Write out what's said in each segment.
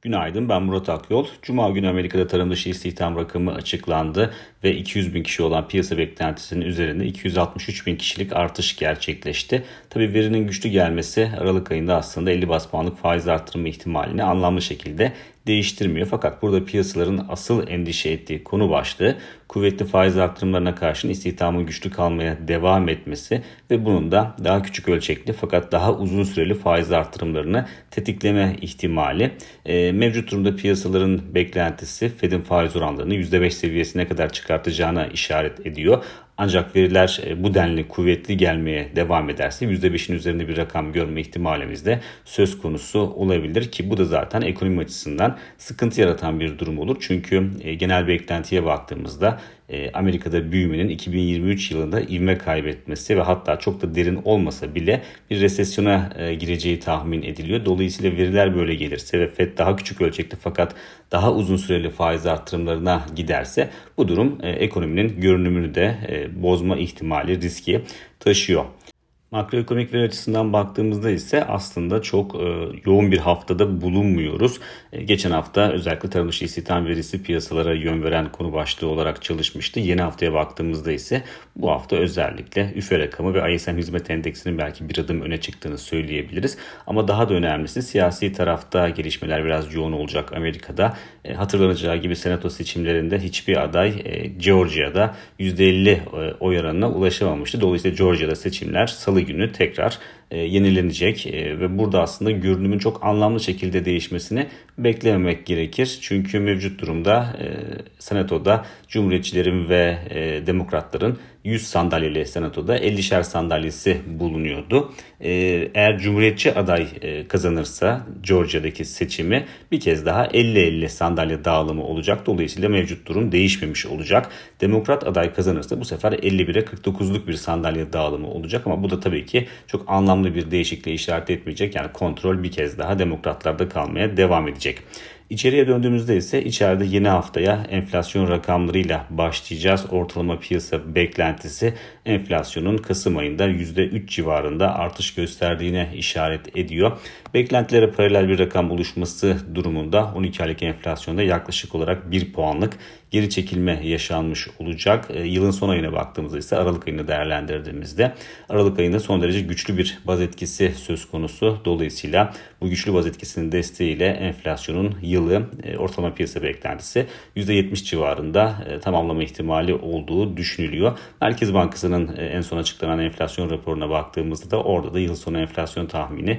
Günaydın, ben Murat Akyol. Cuma günü Amerika'da tarım dışı istihdam rakamı açıklandı ve 200 bin kişi olan piyasa beklentisinin üzerinde 263 bin kişilik artış gerçekleşti. Tabii verinin güçlü gelmesi Aralık ayında aslında 50 bas puanlık faiz artırma ihtimalini anlamlı şekilde değiştirmiyor. Fakat burada piyasaların asıl endişe ettiği konu başlığı kuvvetli faiz artırımlarına karşın istihdamın güçlü kalmaya devam etmesi ve bunun da daha küçük ölçekli fakat daha uzun süreli faiz artırımlarını tetikleme ihtimali. Mevcut durumda piyasaların beklentisi Fed'in faiz oranlarını %5 seviyesine kadar çıkartacağına işaret ediyor. Ancak veriler bu denli kuvvetli gelmeye devam ederse %5'in üzerinde bir rakam görme ihtimalimiz de söz konusu olabilir ki bu da zaten ekonomi açısından sıkıntı yaratan bir durum olur. Çünkü genel beklentiye baktığımızda Amerika'da büyümenin 2023 yılında ivme kaybetmesi ve hatta çok da derin olmasa bile bir resesyona gireceği tahmin ediliyor. Dolayısıyla veriler böyle gelirse ve Fed daha küçük ölçekli fakat daha uzun süreli faiz artırımlarına giderse bu durum ekonominin görünümünü de bozma ihtimali, riski taşıyor. Makroekonomik veri açısından baktığımızda ise aslında çok yoğun bir haftada bulunmuyoruz. Geçen hafta özellikle tarım dışı istihdam verisi piyasalara yön veren konu başlığı olarak çalışmıştı. Yeni haftaya baktığımızda ise bu hafta özellikle üfe rakamı ve ISM hizmet endeksinin belki bir adım öne çıktığını söyleyebiliriz. Ama daha da önemlisi siyasi tarafta gelişmeler biraz yoğun olacak Amerika'da. Hatırlanacağı gibi senato seçimlerinde hiçbir aday Georgia'da %50 oy oranına ulaşamamıştı. Dolayısıyla Georgia'da seçimler Salı günü tekrar yenilenecek ve burada aslında görünümün çok anlamlı şekilde değişmesini beklememek gerekir. Çünkü mevcut durumda senatoda Cumhuriyetçilerin ve demokratların 100 sandalyeli senatoda 50'şer sandalyesi bulunuyordu. Eğer Cumhuriyetçi aday kazanırsa Georgia'daki seçimi bir kez daha 50-50 sandalye dağılımı olacak. Dolayısıyla mevcut durum değişmemiş olacak. Demokrat aday kazanırsa bu sefer 51'e 49'luk bir sandalye dağılımı olacak ama bu da tabii ki çok anlamlı bir değişikliğe işaret etmeyecek. Yani kontrol bir kez daha demokratlarda kalmaya devam edecek. İçeriye döndüğümüzde ise içeride yeni haftaya enflasyon rakamlarıyla başlayacağız. Ortalama piyasa beklentisi enflasyonun Kasım ayında %3 civarında artış gösterdiğine işaret ediyor. Beklentilere paralel bir rakam oluşması durumunda 12 aylık enflasyonda yaklaşık olarak 1 puanlık geri çekilme yaşanmış olacak. Yılın son ayına baktığımızda ise Aralık ayını değerlendirdiğimizde Aralık ayında son derece güçlü bir baz etkisi söz konusu. Dolayısıyla bu güçlü baz etkisinin desteğiyle enflasyonun yılı ortalama piyasa beklentisi %70 civarında tamamlama ihtimali olduğu düşünülüyor. Merkez Bankası'nın en son açıklanan enflasyon raporuna baktığımızda da orada da yıl sonu enflasyon tahmini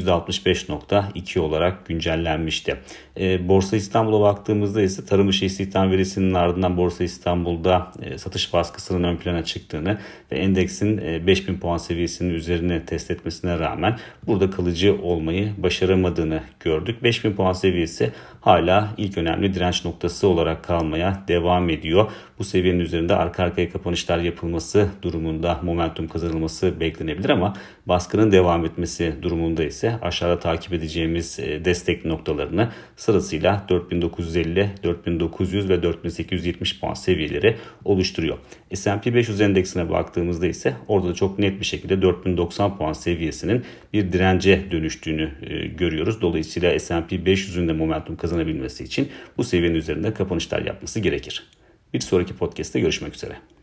%65.2 olarak güncellenmişti. Borsa İstanbul'a baktığımızda ise tarım dışı istihdam verisinin ardından Borsa İstanbul'da satış baskısının ön plana çıktığını ve endeksin 5000 puan seviyesinin üzerine test etmesine rağmen burada kalıcı olmayı başaramadığını gördük. 5000 puan seviyesi hala ilk önemli direnç noktası olarak kalmaya devam ediyor. Bu seviyenin üzerinde arka arkaya kapanışlar yapılması durumunda momentum kazanılması beklenebilir ama baskının devam etmesi durumunda ise aşağıda takip edeceğimiz destek noktalarını sırasıyla 4950, 4900 ve 4870 puan seviyeleri oluşturuyor. S&P 500 endeksine baktığımızda ise orada da çok net bir şekilde 4090 puan seviyesinin bir dirence dönüştüğünü görüyoruz. Dolayısıyla S&P 500'ün de momentum kazanabilmesi için bu seviyenin üzerinde kapanışlar yapması gerekir. Bir sonraki podcast'te görüşmek üzere.